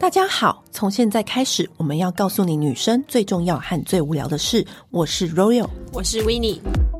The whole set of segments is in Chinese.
大家好，从现在开始，我们要告诉你女生最重要和最无聊的事。我是 Royal， 我是 Winnie。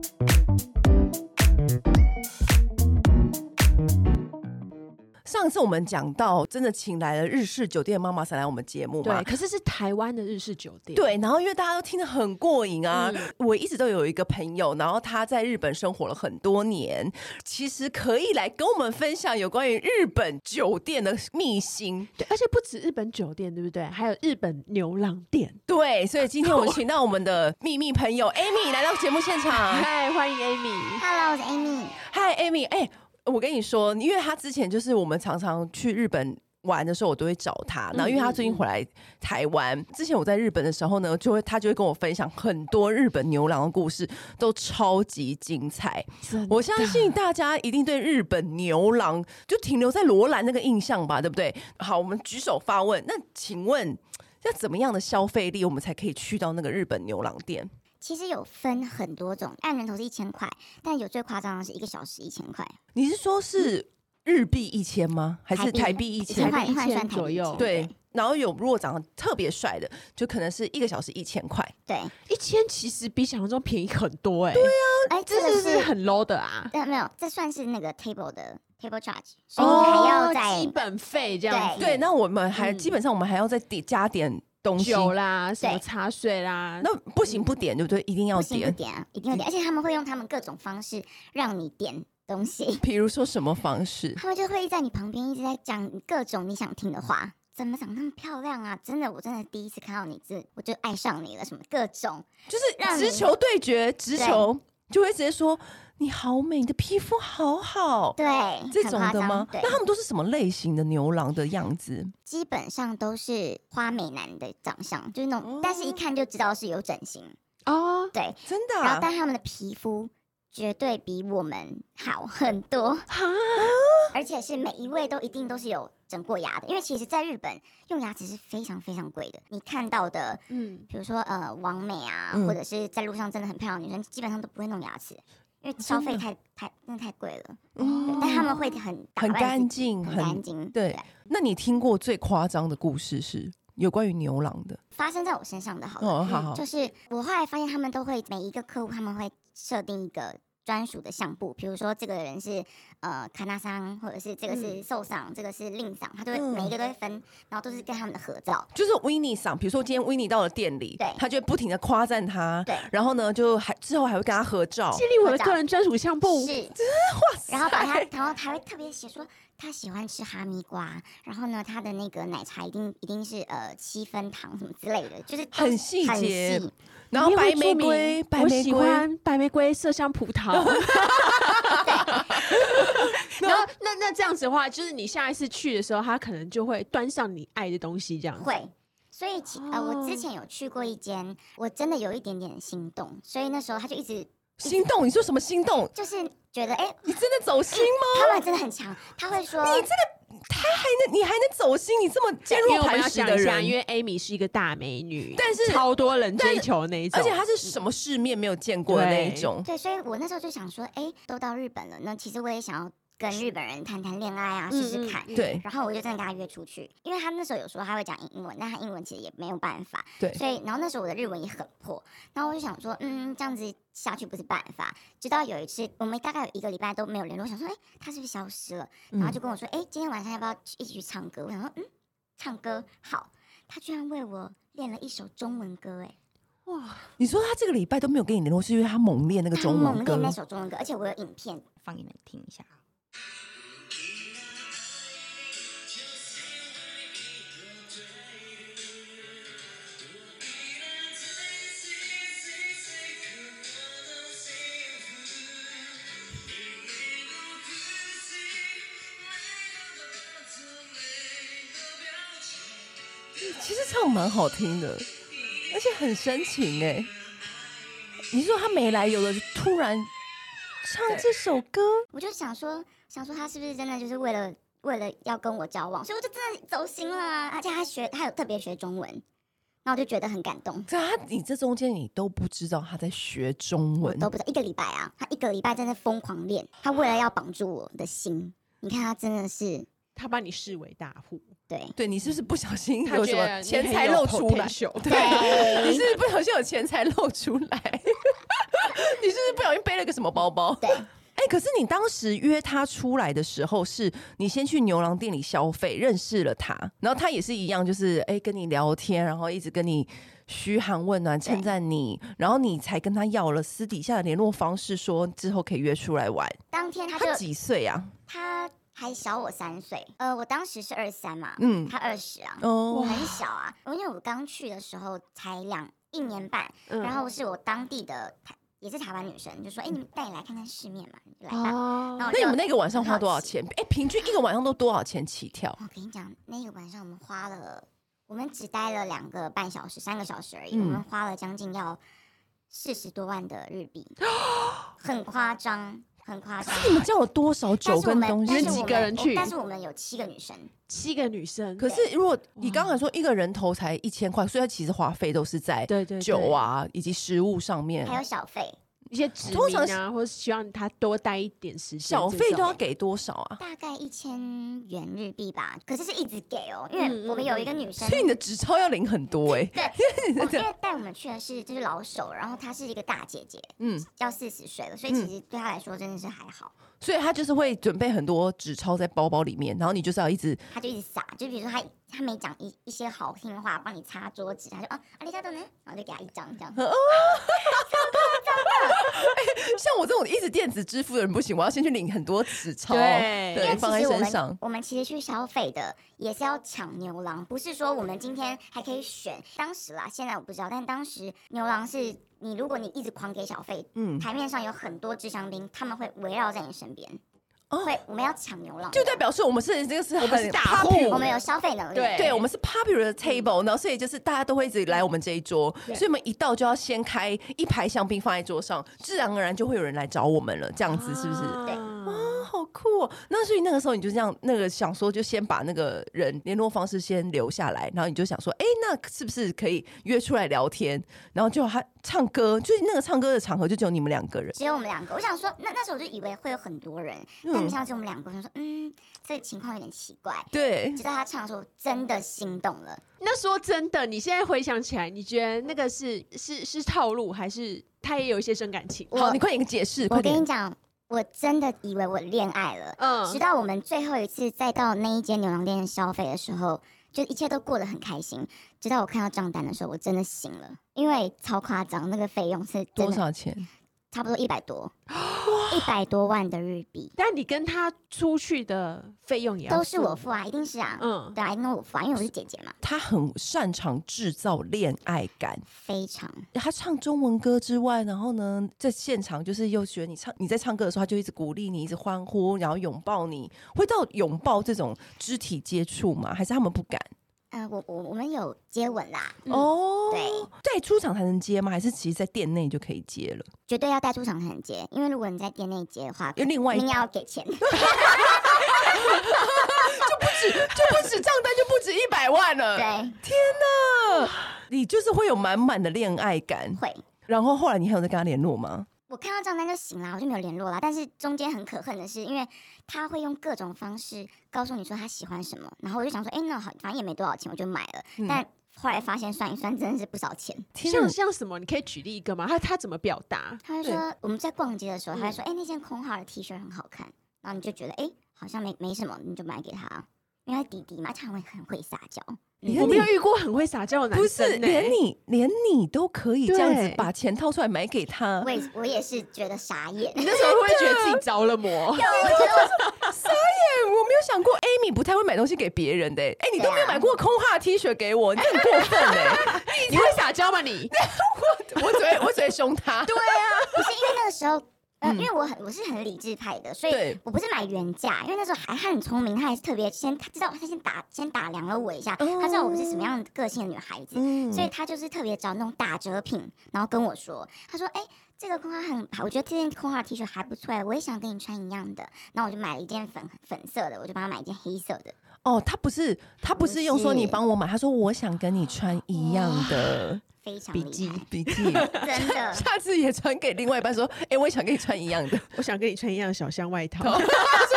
上次我们讲到，真的请来了日式酒店妈妈桑来我们节目嘛？ 对，可是是台湾的日式酒店。 对，然后因为大家都听得很过瘾啊，我一直都有一个朋友，然后他在日本生活了很多年，其实可以来跟我们分享有关于日本酒店的秘辛。 对，而且不止日本酒店，对不对？还有日本牛郎店。 对，所以今天我们请到我们的秘密朋友 Amy 来到节目现场。 嗨，欢迎 Amy。Hello， 我是 Amy。 嗨 Amy，我跟你说，因为他之前就是我们常常去日本玩的时候，我都会找他。然后因为他最近回来台湾，之前我在日本的时候呢，他就会跟我分享很多日本牛郎的故事，都超级精彩。我相信大家一定对日本牛郎就停留在罗兰那个印象吧，对不对？好，我们举手发问，那请问要怎么样的消费力，我们才可以去到那个日本牛郎店？ 其实有分很多种，按人头是1000块，但有最夸张的是1个小时1000块。 你是说是日币1000吗？还是台币1000？ 台币1000 左右。 对，然后如果长得特别帅的，就可能是1个小时1000块。 对 ，1000其实比想象中便宜很多哎。 对啊， 这是很 low 的啊。 没有，这算是那个 table 的 table charge， 所以你还要在基本费这样子。 对，那我们还基本上我们还要再加点东西， 酒啦，什么茶水啦， 那不行不点，对不对？一定要点， 不点啊，一定要点，而且他们会用他们各种方式让你点东西。 比如说什么方式？ 他们就会在你旁边一直在讲各种你想听的话。怎么长那么漂亮啊？真的，我真的第一次看到你，我就爱上你了。什么各种， 就是直球对决，直球就会直接说你好美，你的皮肤好好， 对， 这种的吗？ 那他们都是什么类型的牛郎的样子？ 基本上都是花美男的长相，就是那种，但是一看就知道是有整形哦。对， 真的然后，但他们的皮肤绝对比我们好很多，而且是每一位都一定都是有整过牙的，因为其实在日本用牙齿是非常非常贵的。你看到的，比如说网美啊，或者是在路上真的很漂亮的女生，基本上都不会弄牙齿，因为消费真的太贵了。但他们会很干净， 很干净。 对，那你听过最夸张的故事是有关于牛郎的？ 发生在我身上的好，就是我后来发现他们都会每一个客户他们会设定一个专属的相簿，比如说这个人是卡纳桑，或者是这个是受伤，这个是令桑，他都会每一个都会分，然后都是跟他们的合照。 就是 Winnie 桑，比如说今天 Winnie 到了店里， 对， 他就会不停的夸赞他， 对， 然后呢之后还会跟他合照， 建立我的个人专属相簿， 是， 哇塞， 然后然后还会特别写说他喜欢吃哈密瓜，然后呢他的那个奶茶一定是7分糖什么之类的，就是很细节。然后白玫瑰， 我喜欢白玫瑰麝香葡萄。然后那这样子的话，就是你下一次去的时候，他可能就会端上你爱的东西，这样子。 会，所以我之前有去过一间，我真的有一点点心动，所以那时候他就一直心动。你说什么心动？ 就是觉得你真的走心吗？ 他们真的很强，他会说你这个。你还能走心？你这么坚若磐石的人， 因为 Amy 是一个大美女， 但是超多人追求那一种， 而且她是什么世面没有见过的那一种。 对，所以我那时候就想说，都到日本了，那其实我也想要跟日本人谈谈恋爱啊，试试看。 对， 然后我就真的跟他约出去，因为他那时候有说他会讲英文，但他英文其实也没有办法。 对， 所以然后那时候我的日文也很破，然后我就想说，这样子下去不是办法。直到有一次，我们大概有1个礼拜都没有联络，我想说，他是不是消失了？然后就跟我说，今天晚上要不要一起去唱歌？我想说，唱歌好。他居然为我练了一首中文歌， 哇！你说他这个礼拜都没有跟你联络，是因为他猛练那个中文歌？ 猛练那首中文歌，而且我有影片放你们听一下。 其实唱蛮好听的，而且很深情你说他没来由的突然唱这首歌， 我就想说他是不是真的就是为了要跟我交往，所以我就真的走心了而且他有特别学中文，然后我就觉得很感动。 你这中间你都不知道他在学中文， 我都不知道。1个礼拜啊，他1个礼拜真的疯狂练，他为了要绑住我的心。你看他真的是他把你视为大户， 对， 你是不是不小心有什么钱财露出来？ 对， 你是不是不小心有钱财露出来？你是不是不小心背了个什么包包？ 对。 可是你当时约他出来的时候，是你先去牛郎店里消费，认识了他，然后他也是一样，就是跟你聊天，然后一直跟你嘘寒问暖，称赞你，然后你才跟他要了私底下的联络方式，说之后可以约出来玩。 当天他几岁啊？ 他还小我3岁，我当时是23嘛，他20啊，很小啊。因为我刚去的时候才1年半，然后是我当地的。也是台湾女生，就说：“你带你来看看世面嘛，你就来吧。” 那你们那个晚上花多少钱？平均一个晚上都多少钱起跳？ 我跟你讲，那个晚上我们只待了2个半小时、3个小时而已，我们花了将近要40多万的日币，很夸张。很夸张。 你们叫了多少酒跟东西？ 几个人去？ 但是我们有7个女生 ，7个女生。 可是如果你刚才说一个人头才1000块，所以它其实花费都是在酒啊以及食物上面， 还有小费。 一些指明啊，或者希望他多待一点时间， 小费都要给多少啊？ 大概1000元日币吧。可是是一直给哦，因为我们有一个女生， 所以你的纸钞要领很多对， 因为带我们去的就是老手，然后她是一个大姐姐，要40岁了，所以其实对她来说真的是还好。 所以她就是会准备很多纸钞在包包里面，然后你就是要她就一直撒，就比如说她没讲一些好听的话，帮你擦桌子，她就阿里嘎多呢，然后就给她1张这样。 像我这种一直电子支付的人不行，我要先去领很多纸钞， 对， 放在身上。 我们其实去消费的也是要抢牛郎，不是说我们今天还可以选。当时啦，现在我不知道，但当时牛郎是你，如果你一直狂给小费，台面上有很多掷香兵，他们会围绕在你身边。我们要抢牛郎， 就代表说我们是这个是很大户， 我们有消费能力， 对，我们是 popular 的 table， 然后所以就是大家都会一直来我们这一桌，所以我们一到就要先开一排香槟放在桌上，自然而然就会有人来找我们了，这样子是不是？ 对。 好酷哦！那所以那个时候你就这样想说，就先把那个人联络方式先留下来，然后你就想说，那是不是可以约出来聊天？然后就他唱歌，就是那个唱歌的场合就只有你们2个人， 只有我们2个。我想说，那时候我就以为会有很多人，但没想到只有我们2个。我想说，这个情况有点奇怪。 对， 直到他唱的时候，真的心动了。 那说真的，你现在回想起来，你觉得那个是套路，还是他也有一些真感情？ 好，你快点解释。 我跟你讲。我真的以为我恋爱了，直到我们最后一次再到那一间牛郎店消费的时候，就一切都过得很开心。直到我看到账单的时候，我真的醒了，因为超夸张，那个费用是多少钱？ 差不多100多，100多万的日币。 但你跟他出去的费用也要都是我付啊，一定是啊，对啊，因为我付啊，因为我是姐姐嘛。 他很擅长制造恋爱感， 非常。 他唱中文歌之外，然后呢，在现场就是又觉得你在唱歌的时候，他就一直鼓励你，一直欢呼，然后拥抱你。会到拥抱这种肢体接触吗？还是他们不敢？ 我们有接吻啦。 对，带出场才能接吗？还是其实在店内就可以接了？ 绝对要带出场才能接，因为如果你在店内接的话， 另外你要给钱，就不止账单就不止100万了。 对， 天哪，你就是会有满满的恋爱感。 会。 然后后来你还有在跟他联络吗？ 我看到账单就醒了，我就没有联络了。但是中间很可恨的是，因为他会用各种方式告诉你说他喜欢什么，然后我就想说，那好，反正也没多少钱，我就买了。但后来发现算一算，真的是不少钱。 像什么？你可以举例一个吗？他怎么表达？ 他会说我们在逛街的时候，他会说，那件空号的 T 恤很好看，然后你就觉得，好像没什么，你就买给他，因为他弟弟嘛，他很会撒娇。 我没有遇过很会撒娇的男生， 不是连你都可以这样子把钱掏出来买给他， 我也是觉得傻眼。 你那时候会不会觉得自己着了魔？ 我觉得傻眼，我没有想过 Amy 不太会买东西给别人的。你都没有买过空哈 T 恤给我，你很过分你会撒娇吗你？ 我只会凶他。 对啊，不是因为那个时候。因为我是很理智派的，所以我不是买原价，因为那时候他很聪明，他还是特别他先打量了我一下，他知道我是什么样的个性的女孩子，所以他就是特别找那种打折品，然后跟我说，他说这个空花很好，我觉得这件空花 T 恤还不错，我也想跟你穿一样的，然后我就买了一件粉色的，我就帮他买一件黑色的。 他不是用说你帮我买，他说我想跟你穿一样的。 非常笔记， 真的， 下次也传给另外一半说，我也想跟你穿一样的， 我想跟你穿一样的小香外套。 他说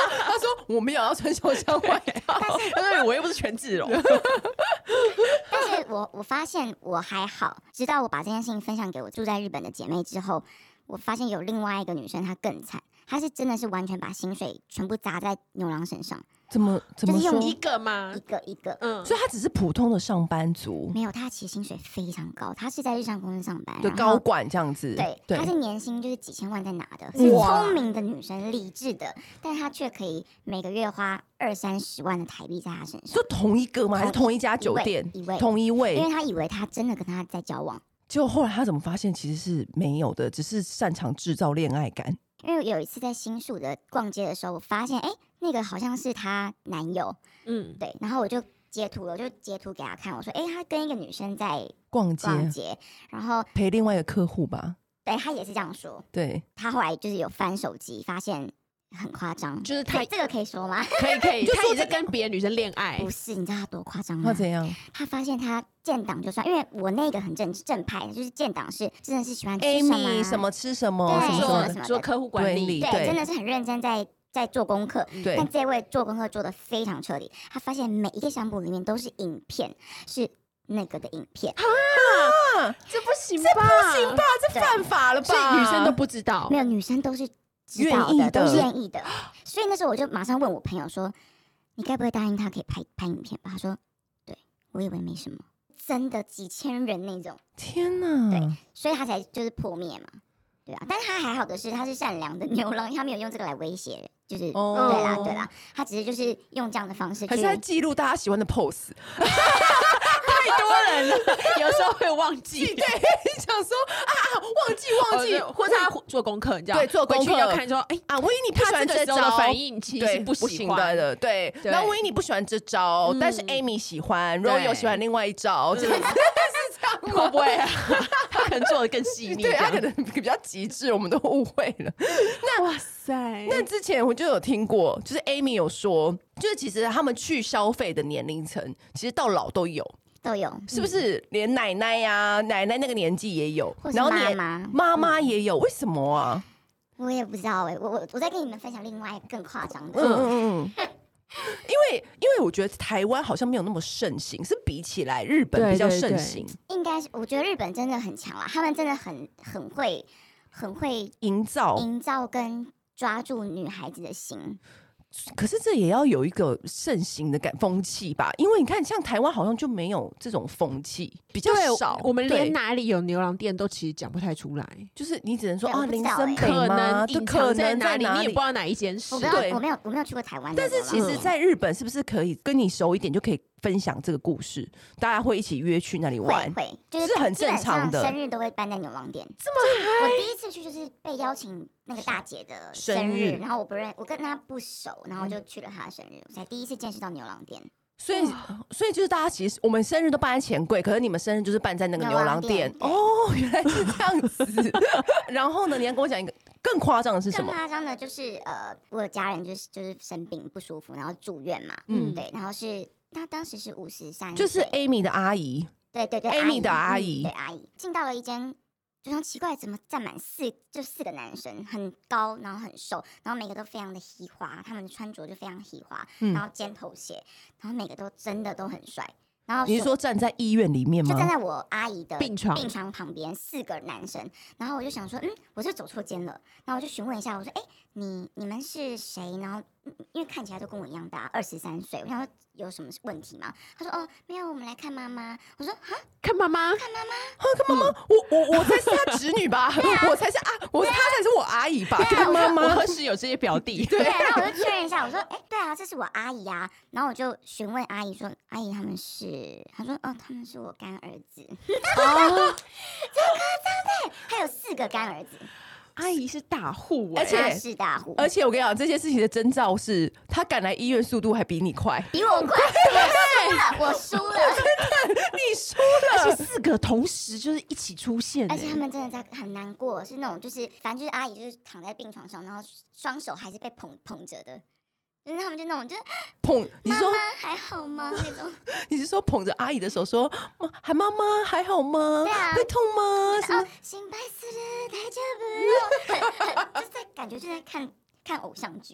说我没有要穿胸香外套， 但是我又不是权志龙。 但是我发现我还好，直到我把这件事情分享给我住在日本的姐妹之后，我发现有另外一个女生她更惨，她是真的是完全把薪水全部砸在牛郎身上。 怎么就是用说？ 一个吗？ 一个， 所以他只是普通的上班族， 没有，他其实薪水非常高，他是在日商公司上班， 对，高管这样子。 对，他是年薪就是几千万在拿的，是聪明的女生，理智的，但她却可以每个月花20-30万的台币在她身上。 就同一个吗？还是同一家酒店？同一位， 因为他以为他真的跟他在交往， 结果后来他怎么发现其实是没有的，只是擅长制造恋爱感。 因为有一次在新宿的逛街的时候，我发现那个好像是她男友，对，然后我就截图了，我就截图给他看，我说他跟一个女生在逛街， 然后陪另外一个客户吧。 对，他也是这样说。 对， 他后来就是有翻手机，发现很夸张， 就是他这个可以说吗？ 可以，他也在跟别的女生恋爱。 不是，你知道他多夸张吗？ 他怎样？ 他发现他建档就算，因为我那个很正派的，就是建档是真的是喜欢吃 Amy 什么吃什么， 做客户管理， 对，真的是很认真在做功课。 对， 但这位做功课做得非常彻底，他发现每一个相簿里面都是影片，是那个的影片这不行吧？ 这犯法了吧？ 所以女生都不知道， 没有，女生都是知道的，都是愿意的。所以那时候我就马上问我朋友说：“你该不会答应他可以拍影片吧？”他说：“对，我以为没什么，真的几千人那种。” 天哪！ 对，所以他才就是破灭嘛，对啊。但是他还好的是，他是善良的牛郎，他没有用这个来威胁人，就是对啦，他只是就是用这样的方式去， 还是在记录大家喜欢的 pose。 太多人了，有时候会忘记。 对，想说忘记， 或者他做功课，你知道？ 对，做功课要看说， 唯一你不喜欢这招的反应，其实不喜欢的，对。然后唯一你不喜欢这招，但是 Amy 喜欢，Royal 喜欢另外一招，是这样吗？ 会不会？他可能做的更细腻， 对，他可能比较极致，我们都误会了。 哇塞！ 那之前我就有听过，就是 Amy 有说，就是其实他们去消费的年龄层，其实到老都有，是不是？连奶奶呀，奶奶那个年纪也有， 然后妈妈也有，为什么啊？ 我也不知道我再跟你们分享另外更夸张的。 因为我觉得台湾好像没有那么盛行，是比起来日本比较盛行。 应该是，我觉得日本真的很强啦，他们真的很会营造跟抓住女孩子的心。 可是这也要有一个盛行的风气吧，因为你看，像台湾好像就没有这种风气，比较少。 我们连哪里有牛郎店都其实讲不太出来， 就是你只能说林森北可能隐藏在哪里，你也不知道哪一间是。 我没有去过台湾， 但是其实在日本是不是可以跟你熟一点就可以分享这个故事？大家会一起约去那里玩， 会就是很正常的。 生日都会办在牛郎店， 这么嗨！我第一次去就是被邀请那个大姐的生日，然后我跟她不熟，然后就去了她的生日，我才第一次见识到牛郎店。所以就是大家其实我们生日都办在钱柜，可是你们生日就是办在那个牛郎店哦，原来是这样子。然后呢，你要跟我讲一个更夸张的是什么？ 更夸张的就是我有家人就是生病不舒服，然后住院嘛，对，然后是他当时是53岁， 就是 Amy 的阿姨， 对 ，Amy 的阿姨， 对阿姨进到了一间。就像奇怪，怎么站满4个男生，很高，然后很瘦，然后每个都非常的嘻花，他们的穿着就非常嘻花，然后尖头鞋，然后每个都真的都很帅。然后你是说站在医院里面吗？ 就站在我阿姨的病床旁边，4个男生。然后我就想说，我是走错间了。然后我就询问一下，我说，你们是谁？然后因为看起来都跟我一样大，23岁。我想说有什么问题吗？他说没有，我们来看妈妈。我说看妈妈， 看妈妈， 看妈妈，我才是他侄女吧？我才是他才是我阿姨吧？看妈妈， 我何时有这些表弟？ 对，然后我就确认一下，我说，对啊，这是我阿姨啊。然后我就询问阿姨说，阿姨他们是？他说，他们是我干儿子。超夸张的，他有4个干儿子。 阿姨是大户， 而且是大户， 而且我跟你讲，这件事情的征兆是他赶来医院速度还比你快， 比我快，我输了， 真的，你输了。 而且4个同时就是一起出现， 而且他们真的在很难过，是那种就是反正就是阿姨就是躺在病床上，然后双手还是被捧着的。就是他们就那种，就是捧，你说妈妈还好吗？那种， 你是说捧着阿姨的手说，妈妈还好吗？ 对啊， 会痛吗？什么？ 心白死了，太久不用，就是在感觉就在看偶像剧。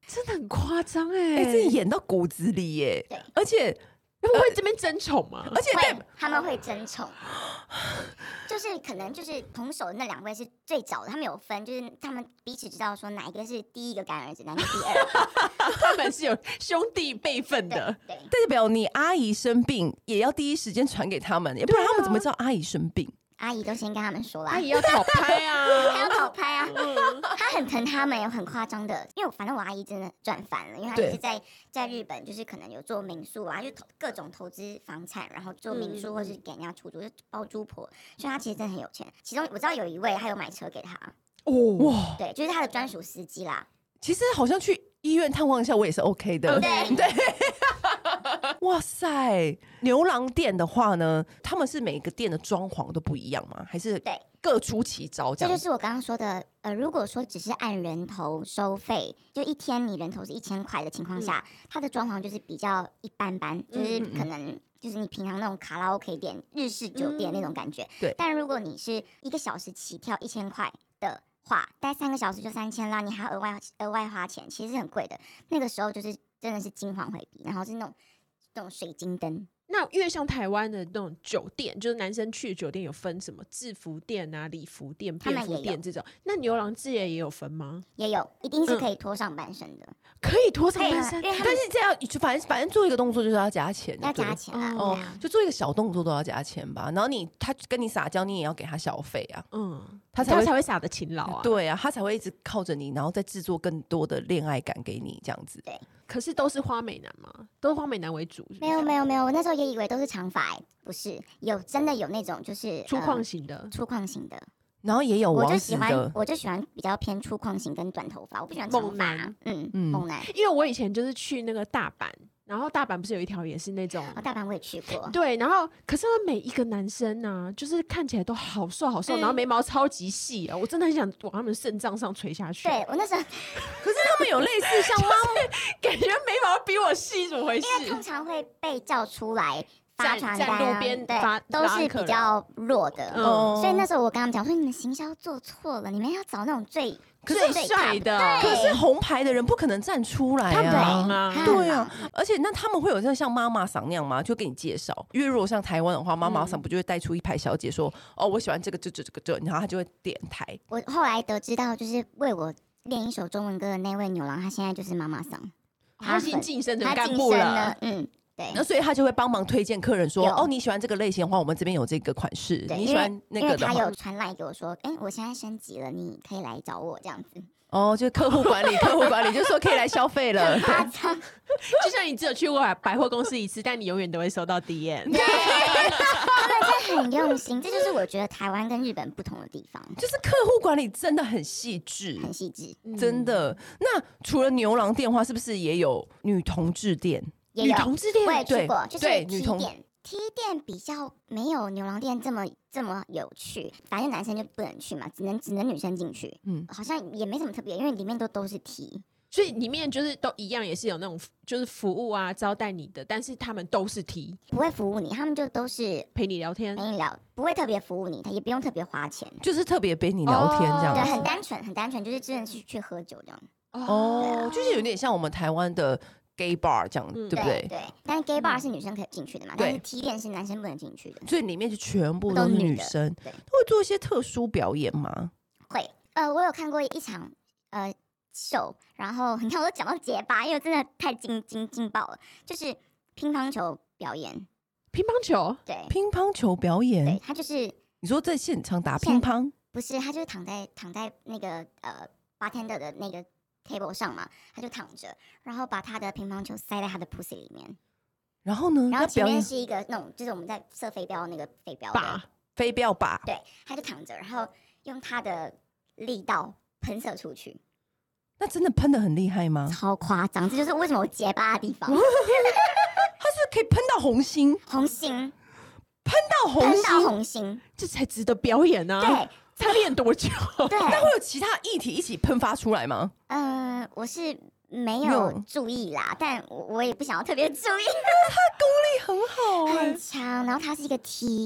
真的很夸张这演到骨子里耶。 对， 而且他们会这边争宠吗？ 而且他们会争宠，就是可能就是同手的那2位是最早的，他们有分，就是他们彼此知道说哪一个是第一个干儿子，哪个是第二个， 他们是有兄弟辈分的。 对， 代表你阿姨生病也要第一时间传给他们，不然他们怎么知道阿姨生病？ 阿姨都先跟他们说啦， 阿姨要讨拍啊， 还要讨拍啊，他很疼他们，有很夸张的，因为反正我阿姨真的赚翻了，因为她也是在日本，就是可能有做民宿啊，就各种投资房产，然后做民宿或是给人家出租，就包租婆，所以她其实真的很有钱。其中我知道有一位还有买车给他， 哇， 对，就是他的专属司机啦。 其实好像去医院探望一下我也是 OK 的。 对。 哇塞，牛郎店的话呢，他们是每一个店的装潢都不一样吗？还是对各出奇招这样？ 这就是我刚刚说的，如果说只是按人头收费，就一天你人头是1000块的情况下，它的装潢就是比较一般般，就是可能就是你平常那种卡拉 OK 店、日式酒店那种感觉。 对。 但如果你是1个小时起跳1000块的话，待3个小时就3000啦，你还要额外花钱，其实是很贵的。那个时候就是真的是金黄回避，然后是那种水晶灯。 那因为像台湾的那种酒店，就是男生去的酒店有分什么制服店啊、礼服店、便服店这种，那牛郎之夜也有分吗？ 也有，一定是可以脱上半身的， 可以脱上半身， 但但是这样反正做一个动作就是要加钱， 要加钱啦。 哦，就做一个小动作都要加钱吧。然后他跟你撒娇，你也要给他小费啊。他才会撒得勤劳啊。 对啊，他才会一直靠着你，然后再制作更多的恋爱感给你这样子。 对。 可是都是花美男吗？都是花美男为主是不是？ 没有，我那时候也以为都是长发，不是，真的有那种就是粗犷型的， 然后也有王子的， 我就喜欢比较偏粗犷型跟短头发，我不喜欢猛男， 猛男。 因为我以前就是去那个大阪。然后大阪不是有一条也是那种， 大阪我也去过。 对，然后可是他们每一个男生啊，就是看起来都好瘦好瘦，然后眉毛超级细啊，我真的很想往他们肾脏上垂下去。 对我那时候， 可是他们有类似像妈妈， 感觉眉毛比我细，怎么回事？ 因为通常会被叫出来发传单， 在路边对，都是比较弱的，所以那时候我跟他们讲说，你们行销做错了，你们要找那种最帅的。 可是红牌的人不可能站出来啊，对啊，而且那他们会有像妈妈桑那样吗？就给你介绍，因为如果像台湾的话，妈妈桑不就会带出一排小姐说，哦，我喜欢这个这，然后他就会点台。 我后来得知到，就是为我练一首中文歌的那位牛郎，他现在就是妈妈桑， 他已经晋升成干部了， 对， 那所以他就会帮忙推荐客人说，哦，你喜欢这个类型的话，我们这边有这个款式。你喜欢那个的话， 因为他有传来给我说，我现在升级了，你可以来找我这样子。 哦，就客户管理就说可以来消费了。 就像你只有去过百货公司1次，但你永远都会收到 DM。 对，他们真的很用心，这就是我觉得台湾跟日本不同的地方， 就是客户管理真的很细致， 很细致， 真的。那除了牛郎店的话，是不是也有女同志店？ 女同志店我也去过，就是女同店。 T 店比较没有牛郎店这么有趣，反正男生就不能去嘛，只能女生进去。好像也没什么特别，因为里面都是 T， 所以里面就是都一样，也是有那种就是服务啊招待你的，但是他们都是 T， 不会服务你，他们就都是陪你聊天， 不会特别服务你，他也不用特别花钱， 就是特别陪你聊天这样子， 对，很单纯，就是真的是去喝酒这样。 哦，就是有点像我们台湾的gay bar 这样，对不对？ 对，但是 gay bar 是女生可以进去的嘛，但是 T 店是男生不能进去的， 所以里面就全部都是女生。对，会做一些特殊表演吗？ 会，我有看过一场秀，然后你看我都讲到结巴，因为真的太劲爆了，就是乒乓球表演。 乒乓球？ 对， 乒乓球表演。 对，他就是你说在现场打乒乓？ 不是，他就是躺在那个bartender 的那个 table 上嘛，他就躺着，然后把他的乒乓球塞在他的 pussy 里面。 然后呢？ 然后前面是一个那种，就是我们在射飞镖那个飞镖靶， 飞镖靶。 对，他就躺着，然后用他的力道喷射出去。 那真的喷得很厉害吗？ 超夸张，这就是为什么我结巴的地方。 他是可以喷到红心， 喷到红心， 这才值得表演啊！ 对， 他练多久？ 对， 那会有其他液体一起喷发出来吗？ 我是没有注意啦，但我也不想要特别注意。 他功力很好， 很强，然后他是一个 T，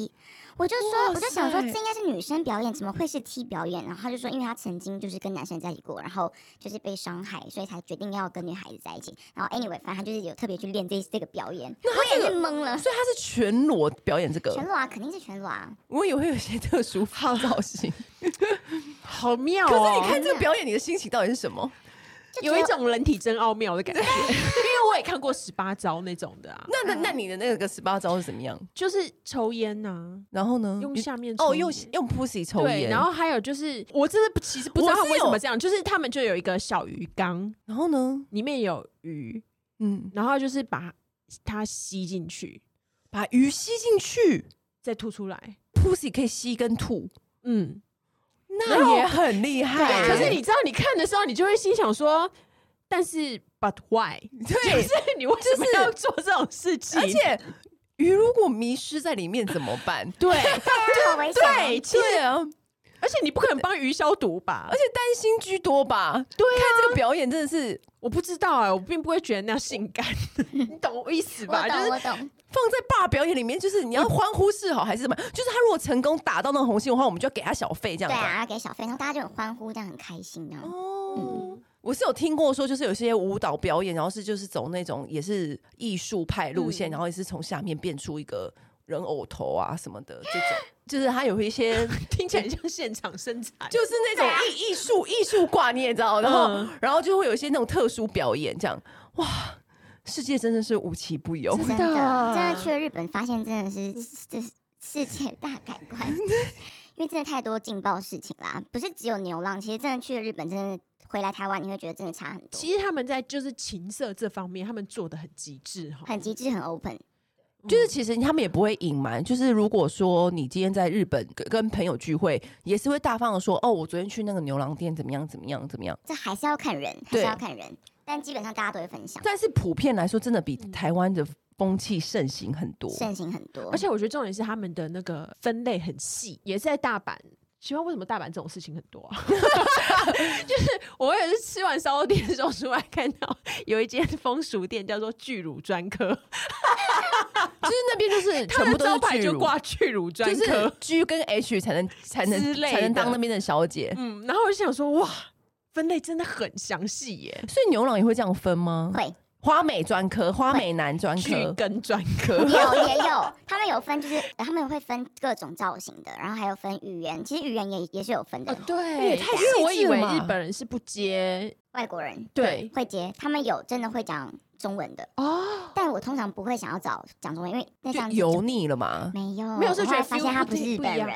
我就想说这应该是女生表演，怎么会是 T 表演？然后他就说，因为他曾经就是跟男生在一起过，然后就是被伤害，所以才决定要跟女孩子在一起。然后 anyway， 反正他就是有特别去练这个表演，我也是懵了。 所以他是全裸表演这个？ 全裸啊，肯定是全裸啊。 我以为有些特殊造型， 好妙哦！ 可是你看这个表演，你的心情到底是什么？ 有一种人体真奥妙的感觉，因为我也看过18招那种的啊。 那你的那个18招是怎么样？ 就是抽烟呐， 然后呢， 用下面抽烟用 pussy 抽烟， 然后还有就是我真的其实不知道他为什么这样，就是他们就有一个小鱼缸， 然后呢里面有鱼，然后就是把它吸进去， 把鱼吸进去， 再吐出来。 pussy 可以吸跟吐，那也很厉害。 可是你知道，你看的时候，你就会心想说，但是 but why？ 对， 就是你为什么要做这种事情？ 而且鱼如果迷失在里面怎么办？ 对， 好危险。 对，其实啊， 而且你不可能帮鱼消毒吧？ 而且担心居多吧？ 对啊， 看这个表演真的是， 我不知道我并不会觉得那样性感，你懂我意思吧？ 我懂。 放在爸表演里面，就是你要欢呼是好还是什么？就是他如果成功打到那个红心的话，我们就要给他小费这样。 对啊，要给小费，然后大家就很欢呼，这样很开心这样。 我是有听过说，就是有些舞蹈表演，然后就是走那种也是艺术派路线，然后也是从下面变出一个人偶头啊什么的这种，就是他有一些听起来像现场生产， 就是那种艺术挂，你也知道，然后就会有一些那种特殊表演，这样哇。世界真的是无奇不有， 真的去了日本，发现真的是世界大改观，因为真的太多劲爆事情啦，不是只有牛浪，其实真的去了日本，真的回来台湾，你会觉得真的差很多。 其实他们在就是情色这方面，他们做的很极致， 很极致，很 open。 就是其实他们也不会隐瞒，就是如果说你今天在日本跟朋友聚会，也是会大方的说，哦，我昨天去那个牛郎店怎么样怎么样怎么样。 这还是要看人，但基本上大家都会分享。 但是普遍来说，真的比台湾的风气盛行很多， 而且我觉得重点是他们的那个分类很细，也是在大阪。奇怪，为什么大阪这种事情很多啊？就是我也是吃完烧肉店的时候出来看到有一间风俗店叫做巨乳专科， 就是那边就是全部都是巨乳， 就挂巨乳专科， 就是 G 跟 H 才能当那边的小姐。 然后我就想说，哇，分类真的很详细耶。 所以牛郎也会这样分吗？ 会。 花美专科、花美男专科、 巨根专科也有，他们有分，就是他们会分各种造型的，然后还有分语言，其实语言也是有分的。 对，因为我以为日本人是不接外国人， 对， 会接，他们有真的会讲中文的但我通常不会想要讲中文，因为那样油腻了嘛。 没有， 是觉得发现他不是日本人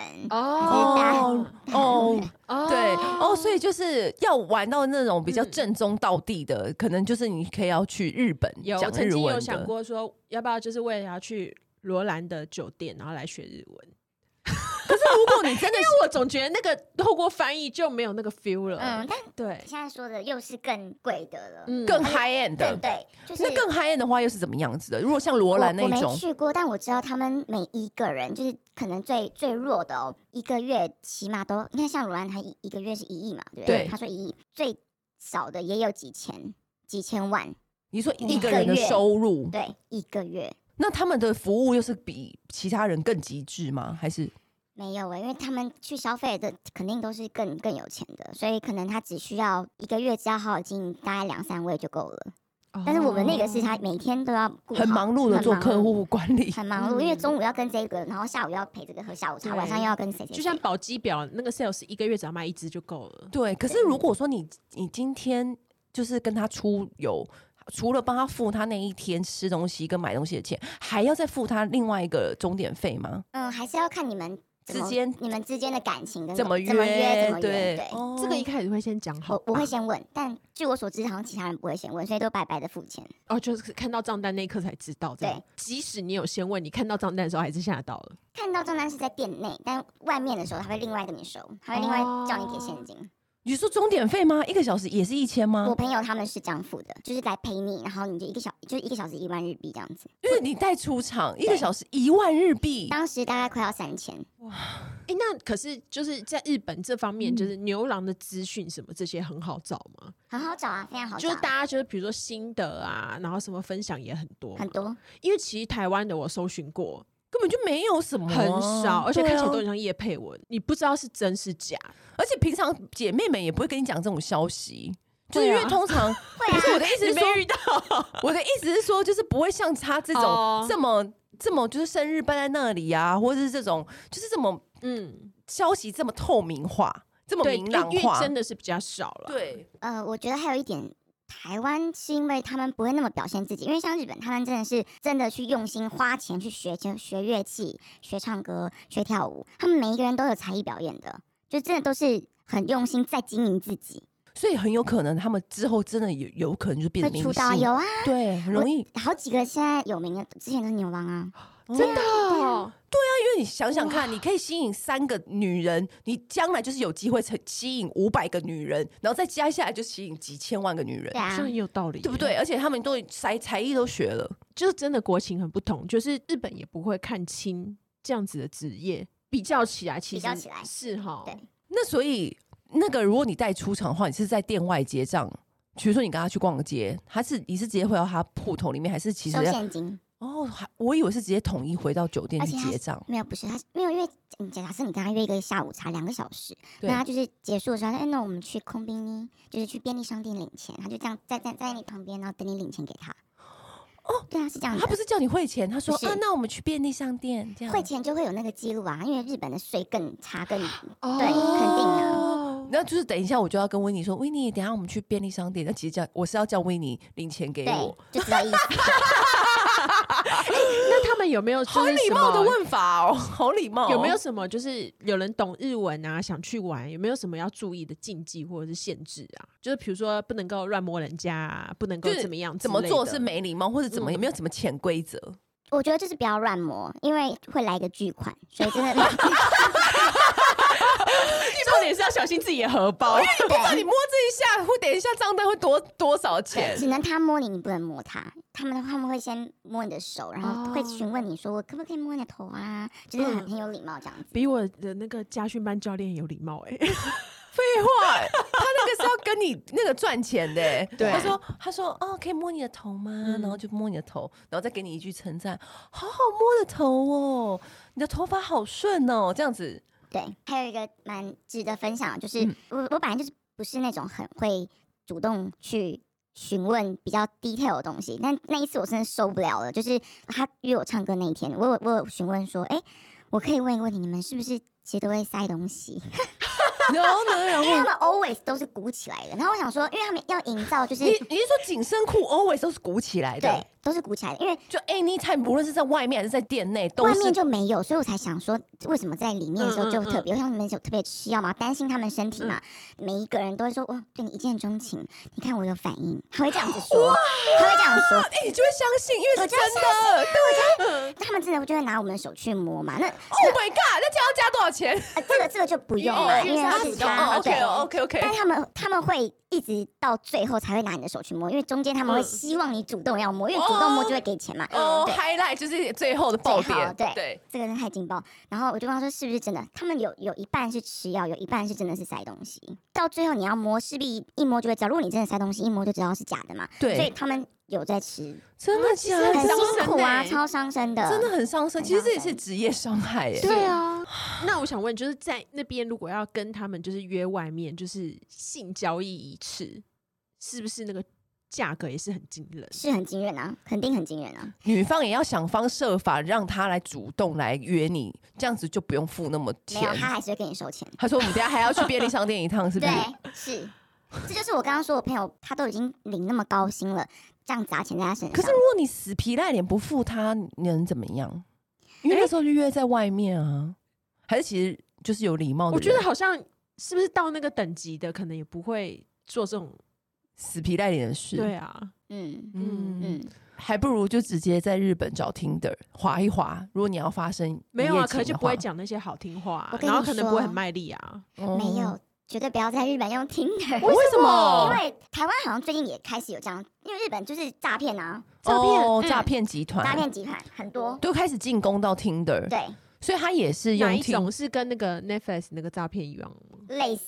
对所以就是要玩到那种比较正宗道地的，可能就是你可以要去日本讲日文的。 曾经有想过说，要不要就是为了要去罗兰的酒店，然后来学日文。 可是如果你真的， 因为我总觉得那个透过翻译就没有那个 feel 了。 但对， 现在说的又是更贵的了， 更 high end 的。 对，就是那更 high end 的话又是怎么样子的？如果像罗兰那种， 我没去过，但我知道他们每一个人就是可能最弱的一个月起码都，你看像罗兰他一个月是1亿嘛，对不对？他说1亿，最少的也有几千万。 你说一个人的收入？ 对，一个月。 那他们的服务又是比其他人更极致吗？还是？ 没有因为他们去消费的肯定都是更有钱的，所以可能他只需要一个月只要好好经营，大概2-3位就够了。但是我们那个是他每天都要很忙碌的做客户管理， 很忙碌，因为中午要跟这个，然后下午要陪这个喝下午茶，晚上又要跟谁， 就像宝鸡表那个 sales 一个月只要卖1支就够了。 对，可是如果说你今天就是跟他出游，除了帮他付他那一天吃东西跟买东西的钱，还要再付他另外一个钟点费吗？ 还是要看你们之间的感情跟怎么约， 对， 这个一开始会先讲好。 我会先问，但据我所知，好像其他人不会先问，所以都白白的付钱。 就是看到账单那一刻才知道。对，即使你有先问，你看到账单的时候还是吓到了。 看到账单是在店内，但外面的时候他会另外跟你收，他会另外叫你给现金。 你说钟点费吗？1个小时也是1000吗？ 我朋友他们是这样付的，就是来陪你，然后你就一个小时1万日币这样子。 因为你带出场1个小时1万日币， 当时大概快要3000。 哇，那可是就是在日本这方面，就是牛郎的资讯什么这些很好找吗？ 很好找啊，非常好找。 就是大家就是比如说心得啊，然后什么分享也很多。 很多。 因为其实台湾的我搜寻过。 根本就没有什么、 很少，而且看起来都对啊很像业配文，你不知道是真是假。 而且平常姐妹们也不会跟你讲这种消息，就是对啊因为通常不是我的意思是说， 你没遇到我的意思是说，就是不会像他这种、 哦这么就是生日办在那里啊，或者是这种就是这么消息这么透明化，这么对， 明朗因为化， 真的是比较少了。 对。 我觉得还有一点，台湾是因为他们不会那么表现自己，因为像日本，他们真的是真的去用心花钱去学乐器、学唱歌、学跳舞，他们每一个人都有才艺表演的，就真的都是很用心在经营自己。 所以很有可能他们之后真的有可能就变会成明星， 出道有啊， 对，很容易。 好几个现在有名的，之前都是牛郎啊， 真的哦， 因为你想想看，你可以吸引3个女人，你将来就是有机会吸引500个女人，然后再加下来就吸引几千万个女人对，啊好像，很有道理， 对不？对？而且他们都才艺都学了， 就是真的国情很不同，就是日本也不会看清这样子的职业，比较起来，其实比较起来是哈， 对那所以那个如果你带出场的话，你是在店外结账。比如说你跟他去逛街，你是直接回到他铺头里面，还是其实收现金。 哦，我以为是直接统一回到酒店去而且他结账。 没有，不是他没有，因为假设你跟他约一个下午茶2个小时， 对那他就是结束的时候，那我们去空宾尼，就是去便利商店领钱，他就这样在你旁边，然后等你领钱给他。哦，对啊，是这样的。 他不是叫你汇钱，他说不是啊，那我们去便利商店这样。 汇钱就会有那个记录啊，因为日本的税更差，更哦对，肯定啊。 那就是等一下我就要跟维尼说，维尼，等一下我们去便利商店。那其实我是要叫维尼领钱给对我，， 就知道意思。 那他们有没有好就是什么？ 礼貌的问法哦，好礼貌哦。 有没有什么就是有人懂日文啊，想去玩，有没有什么要注意的禁忌或者是限制啊？就是比如说不能够乱摸人家啊，不能够就是怎么样之怎么类的做是没礼貌，或者怎么有没有什么潜规则？ 我觉得就是不要乱摸，因为会来一个巨款，所以真的重点是要小心自己的荷包。 不知道你摸这一下，会等一下账单会多少钱？ 只能他摸你，你不能摸他。他们会先摸你的手，然后会询问你说我可不可以摸你的头啊，就是很有礼貌这样子。 比我的那个家训班教练有礼貌哎、 废话，他那个是要跟你那个赚钱的欸。 对他说哦，可以摸你的头吗？然后就摸你的头，然后再给你一句称赞，好好摸的头哦，你的头发好顺哦，这样子。 对，还有一个蛮值得分享的，就是我本来就是不是那种很会主动去询问比较 detail 的东西，但那一次我真的受不了了，就是他约我唱歌那一天，我有询问说，哎，我可以问一个问题，你们是不是其实都会塞东西？ 然后呢，然后因为他们 always 都是鼓起来的，然后我想说，因为他们要营造就是你是说紧身裤 always 都是鼓起来的？ 对，都是鼓起来的，因为就 anytime 无论是在外面还是在店内，都外是面就没有，所以我才想说，为什么在里面的时候就特别？我想你们有特别吃药吗？担心他们身体嘛。每一个人都会说，哦，对你一见钟情，你看我有反应，他会这样子说，他会这样说， 你就会相信，因为是真我就相的。 他们真的就会拿我们的手去摸嘛。那 Oh my god！那这样要加多少钱？ 这个就不用了，因为它是哦对 ，OK。 但他们会一直到最后才会拿你的手去摸，因为中间他们会希望你主动要摸，因为主动摸就会给钱嘛。 哦对 ，highlight 就是最后的爆最后点。 对，这个真的太劲爆。然后我就问他说是不是真的？他们有一半是吃药，有一半是真的是塞东西。到最后你要摸，势必一摸就会知道。如果你真的塞东西，一摸就知道是假的嘛。 对所以他们有在吃， 真的假很的？ 辛苦啊， 欸超伤身的， 真的很伤身。其实这也是职业伤害耶。 对啊，那我想问，就是在那边如果要跟他们就是约外面，就是性交易一次，是不是那个价格也是很惊人？ 是很惊人啊，肯定很惊人啊。 女方也要想方设法让他来主动来约你，这样子就不用付那么没有， 钱。 他还是会跟你收钱。 他说我们等一下还要去便利商店一趟，是不是？ 对，是，这就是我刚刚说，我朋友他都已经领那么高薪了，这样砸钱在他身上。 可是如果你死皮赖脸不付他，你能怎么样？因为那时候就约在外面啊，还是其实就是有礼貌的人。 我觉得好像是不是到那个等级的，可能也不会做这种。 死皮赖脸的事。 对啊， 还不如就直接在日本找 Tinder 滑一滑。如果你要发生没有啊， 一夜情的可能就不会话讲那些好听话、 我跟你然后可能不会很说卖力啊。 哦没有，绝对不要在日本用 Tinder。 为什么？ 因为台湾好像最近也开始有这样，因为日本就是诈骗啊， 诈骗集团， 诈骗集团很多， 都开始进攻到 Tinder， 对， 所以他也是用哪一 Tinder 种是跟那个 Netflix 那个诈骗一样吗？ 类似。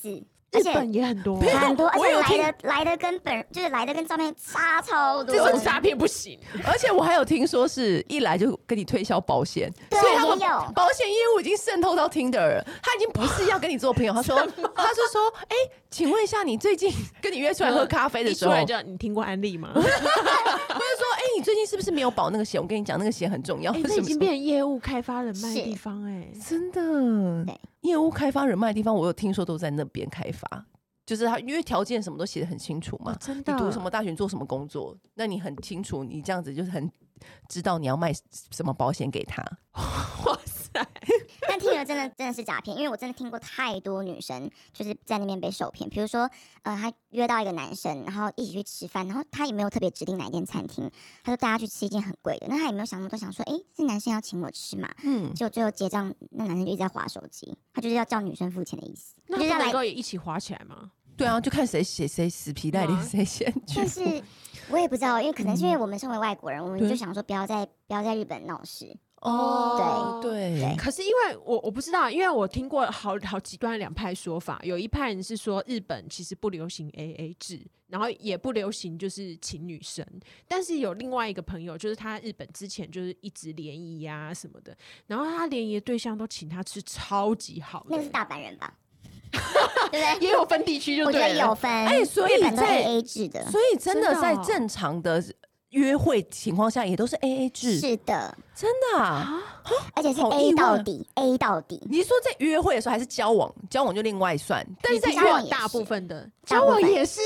而且日本也很多， 很多，而我有且来的跟就是来的跟照片差超多。 这种诈骗不行。 而且我还有听说是一来就跟你推销保险， 对所以他们也有保险业务已经渗透到 Tinder 了，他已经不是要跟你做朋友，他是说，哎、请问一下，你最近跟你约出来喝咖啡的时候， 一出来就你听过安利吗？ 或者说，哎、你最近是不是没有保那个险？我跟你讲，那个险很重要。 那已经变成业务开发人脉的地方真的， 对， 业务开发人脉的地方，我有听说都在那边开发。就是他，因为条件什么都写得很清楚嘛， 真的， 你读什么大学，做什么工作，那你很清楚，你这样子就是很知道你要卖什么保险给他。 哇塞！ 但听了真的是诈骗，因为我真的听过太多女生就是在那边被受骗。比如说，她约到一个男生，然后一起去吃饭，然后他也没有特别指定哪一间餐厅，他就带她去吃一间很贵的。那他也没有想那么多，想说，是男生要请我吃嘛？结果最后结账，那男生就一直在滑手机，他就是要叫女生付钱的意思。 那不能够也一起滑起来吗？ 对啊，就看谁死皮赖脸谁先去。 但是我也不知道，因为可能是因为我们身为外国人，我们就想说不要在日本闹事。对。 可是因为我不知道，因为我听过好极端的两派说法，有一派人是说日本其实不流行 AA 制，然后也不流行就是请女生，但是有另外一个朋友，就是他日本之前就是一直联谊啊什么的，然后他联谊的对象都请他吃超级好的， 那个是大阪人吧？对不对？ 也有分地区就对了， 我觉得有分。 所以日本都 AA 制的， 所以真的在正常的约会情况下也都是 AA 制。 是的， 真的啊， 而且是 A 到底，A 到底。 你是说在约会的时候还是交往？交往就另外算，但是在交往也是大部分的交往也是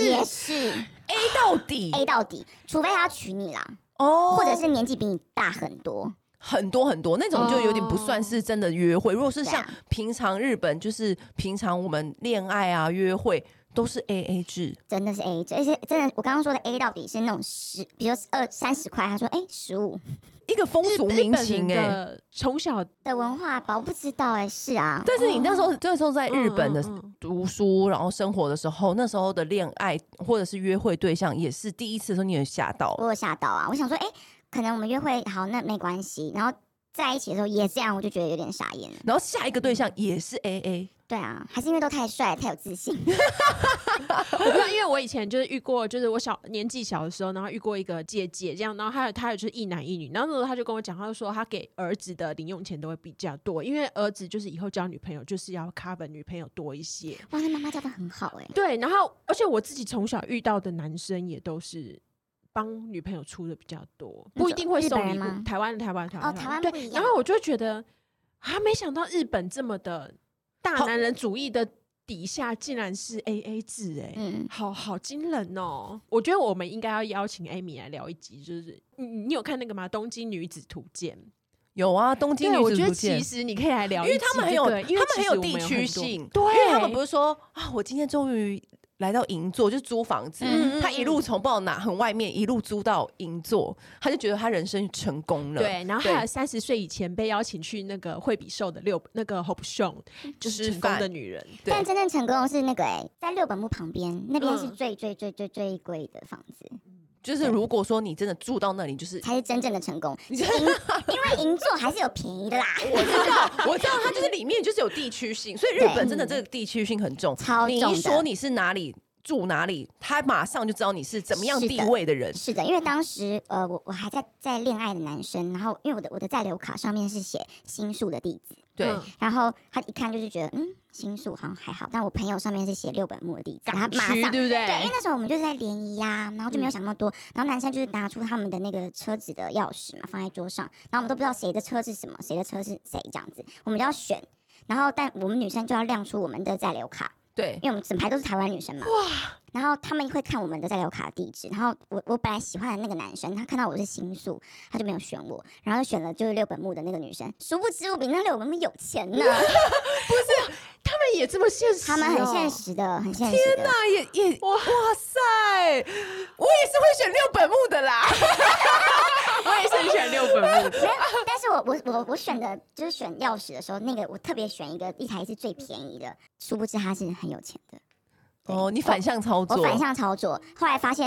A 到底 ，A 到底，除非他要娶你啦， 哦， 或者是年纪比你大很多。 很多那种就有点不算是真的约会。如果是像平常日本，就是平常我们恋爱啊约会都是 AA 制， 真的是 AA 制，而且真的我刚刚说的 A 到底是那种比如30块，他说15， 一个风俗民情从小的文化吧，我不知道是啊。 但是你那时候在日本的读书，然后生活的时候，那时候的恋爱或者是约会对象也是第一次的时候，你有吓到？ 我有吓到啊！我想说，可能我们约会好，那没关系。然后在一起的时候也这样，我就觉得有点傻眼。 然后下一个对象也是 AA， 对啊，还是因为都太帅、太有自信。 我不知道，因为我以前就是遇过，就是我年纪小的时候，然后遇过一个姐姐这样，然后他有就是一男一女，然后那时候他就跟我讲，他就说他给儿子的零用钱都会比较多，因为儿子就是以后交女朋友就是要 cover 女朋友多一些。 哇，那妈妈教的很好对，然后而且我自己从小遇到的男生也都是帮女朋友出的比较多，不一定会送礼物。台湾台湾不一样。 然后我就觉得没想到日本这么的大男人主义的底下竟然是 AA 制好惊人哦！我觉得我们应该要邀请 Amy 来聊一集，就是你有看那个吗？《东京女子图鉴》 有啊，《东京女子图鉴》。 我觉得其实你可以来聊一集， 因为他们很有地区性， 对， 因为他们不是说我今天终于来到银座，就是租房子，他一路从不知道哪很外面一路租到银座，他就觉得他人生成功了。 对，然后还有30岁以前被邀请去那个惠比寿的那个 Hope Show， 就是成功的女人。 但真正成功的是那个在六本木旁边，那边是最贵的房子。 就是如果说你真的住到那里，就是才是真正的成功。因为银座还是有便宜的啦。 我知道，它就是里面就是有地区性，所以日本真的这个地区性很重。 超重的。 你一说你是哪里住哪里，他马上就知道你是怎么样地位的人。 是的，因为当时我还在恋爱的男生，然后因为我的在留卡上面是写新宿的地址， 对， 然后他一看就是觉得新宿好像还好，但我朋友上面是写六本木的地址，他马上对不对？ 对，因为那时候我们就是在联谊呀，然后就没有想那么多，然后男生就是拿出他们的那个车子的钥匙嘛，放在桌上，然后我们都不知道谁的车是什么，谁的车是谁这样子，我们就要选，然后但我们女生就要亮出我们的在留卡。 对， 因为我们整排都是台湾女生嘛，哇！然后他们会看我们的在留卡的地址，然后我本来喜欢的那个男生，他看到我是新宿，他就没有选我，然后就选了就是六本木的那个女生，殊不知我比那六本木有钱呢。不是，他们也这么现实， 他们很现实的，很现实的。 天哪，哇塞，我也是会选六本木的啦。 我也是选六本木， 没有，但是我选的就是选钥匙的时候，那个我特别选一台是最便宜的，殊不知他是很有钱的。 哦，你反向操作， 我反向操作，后来发现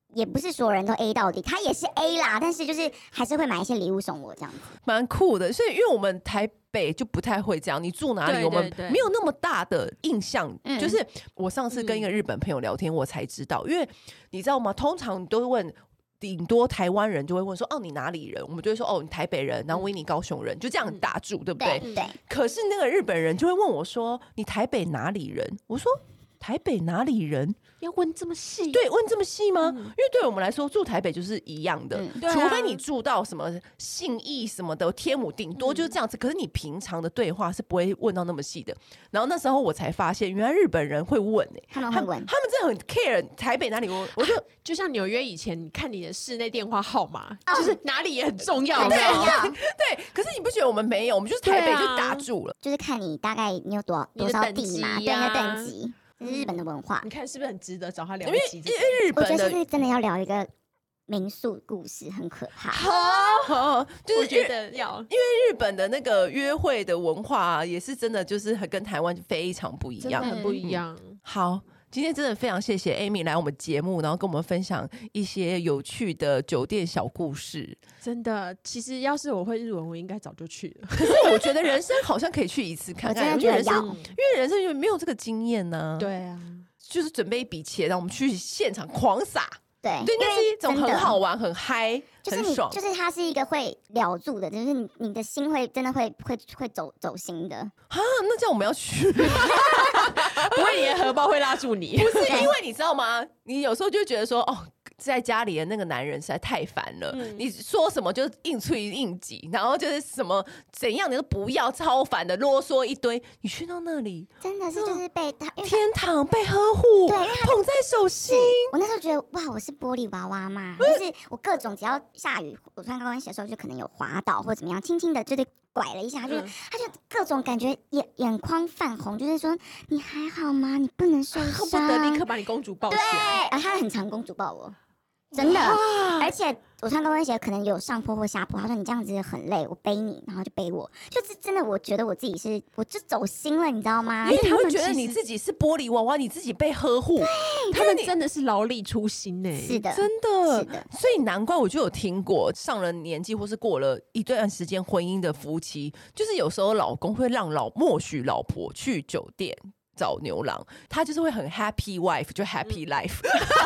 也不是所有人都 A 到底，他也是 A 啦，但是就是还是会买一些礼物送我这样子， 蛮酷的。所以因为我们台北就不太会这样，你住哪里对我们对没有那么大的印象。就是我上次跟一嗯个日本朋友聊天，我才知道，因为你知道吗？通常你都会问。顶多台湾人就会问说：“哦，你哪里人？”我们就会说：“哦，你台北人。”然后维尼高雄人，就这样打住，对不对？ 对。 可是那个日本人就会问我说：“你台北哪里人？”我说：“台北哪里人？ 要问这么细？ 对，问这么细吗？因为对我们来说，住台北就是一样的， 对啊除非你住到什么信义什么的天母，顶多就是这样子。可是你平常的对话是不会问到那么细的。然后那时候我才发现，原来日本人会问他们会问， 他们真的很 care 台北哪里。我就就像纽约以前，你看你的室内电话号码，就是哪里也很重要， 很重要， 对。可是你不觉得我们没有？我们就是台北就打住了， 就是看你大概你有多少地嘛，对，你的等级。这是日本的文化， 你看是不是很值得找他聊因为一集？ 日本的， 我觉得是真的要聊一个民宿故事，很可怕。 好，就是我觉得要， 因为日本的那个约会的文化也是真的，就是跟台湾非常不一样， 很不一样。 好。今天真的非常谢谢 Amy 来我们节目，然后跟我们分享一些有趣的酒店小故事。 真的，其实要是我会日文，我应该早就去了。 可是我觉得人生好像可以去一次看看， 我真的觉得要， 因为人生就没有这个经验呢。 对啊， 就是准备一笔钱，让我们去现场狂撒。 对， 那是一种很好玩、很嗨、很爽。 就是它是一个会了住的，就是你的心会真的会走心的啊。那这样我们要去， 不会你的荷包会拉住你？ 不是因为你知道吗？你有时候就觉得说，哦，在家里的那个男人实在太烦了。你说什么就硬吹硬挤，然后就是什么怎样你都不要，超烦的，啰嗦一堆。你去到那里， 真的是就是被他天堂被呵护， 对， 捧在手心。 我那时候觉得哇，我是玻璃娃娃嘛，就是我各种只要下雨，我穿高跟鞋的时候就可能有滑倒或怎么样，轻轻的就是拐了一下，他就各种感觉眼眶泛红，就是说你还好吗？你不能受伤， 恨不得立刻把你公主抱起来。 对，然后他很常公主抱我。真的，而且我穿高跟鞋可能有上坡或下坡，他说你这样子很累，我背你，然后就背我，就是真的，我觉得我自己我就走心了，你知道吗？ 因为你会觉得你自己是玻璃娃娃，你自己被呵护， 他们真的是劳力出薪呢。 是的， 真的， 是的， 所以难怪我就有听过上了年纪或是过了一段时间婚姻的夫妻，就是有时候老公会让默许老婆去酒店找牛郎，他就是会很 happy wife 就 happy life，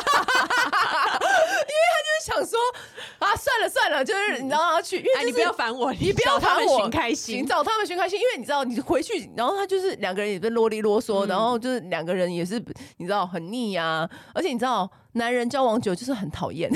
因为他就是想说啊，算了，就是你知道他去，因为、 你不要烦我， 你不要烦我， 寻开心， 找他们寻开心，因为你知道你回去，然后他就是两个人也在啰里啰嗦，然后就是两个人也是你知道很腻啊，而且你知道男人交往久就是很讨厌，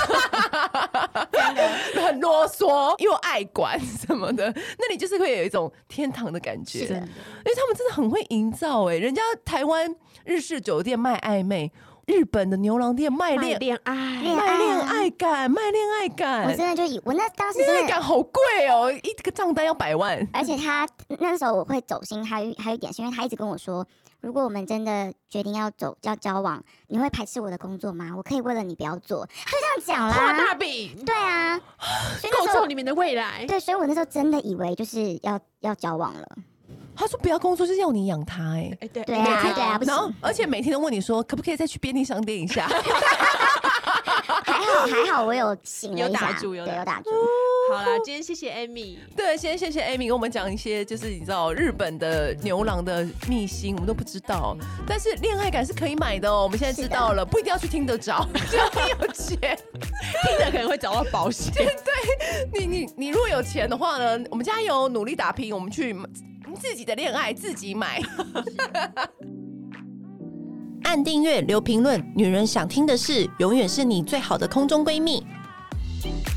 很啰嗦又爱管什么的，那你就是会有一种天堂的感觉， 是的， 因为他们真的很会营造人家台湾日式酒店卖暧昧。日本的牛郎店卖恋爱感， 我真的就我那当时恋爱感好贵哦，一个账单要100万。 而且他那时候我会走心，还有一点是因为他一直跟我说，如果我们真的决定要交往，你会排斥我的工作吗？我可以为了你不要做，他就这样讲啦， 画大饼， 对啊， 构造你们的未来。 对，所以我那时候真的以为就是要交往了。 他说不要工作，就是要你养他对啊， 然后而且每天都问你说可不可以再去便利商店一下。 还好我有醒了一下， 有打住。好啦，今天谢谢 Amy， 对，先谢谢 Amy 跟我们讲一些就是你知道日本的牛郎的秘辛，我们都不知道，但是恋爱感是可以买的哦。我们现在知道了，不一定要去听得着，只要你有钱， 听着可能会找到保险。 对，你如果有钱的话呢，我们加油，努力打拼，我们去自己的恋爱自己买。按订阅，留评论，女人想听的事，永远是你最好的空中闺蜜。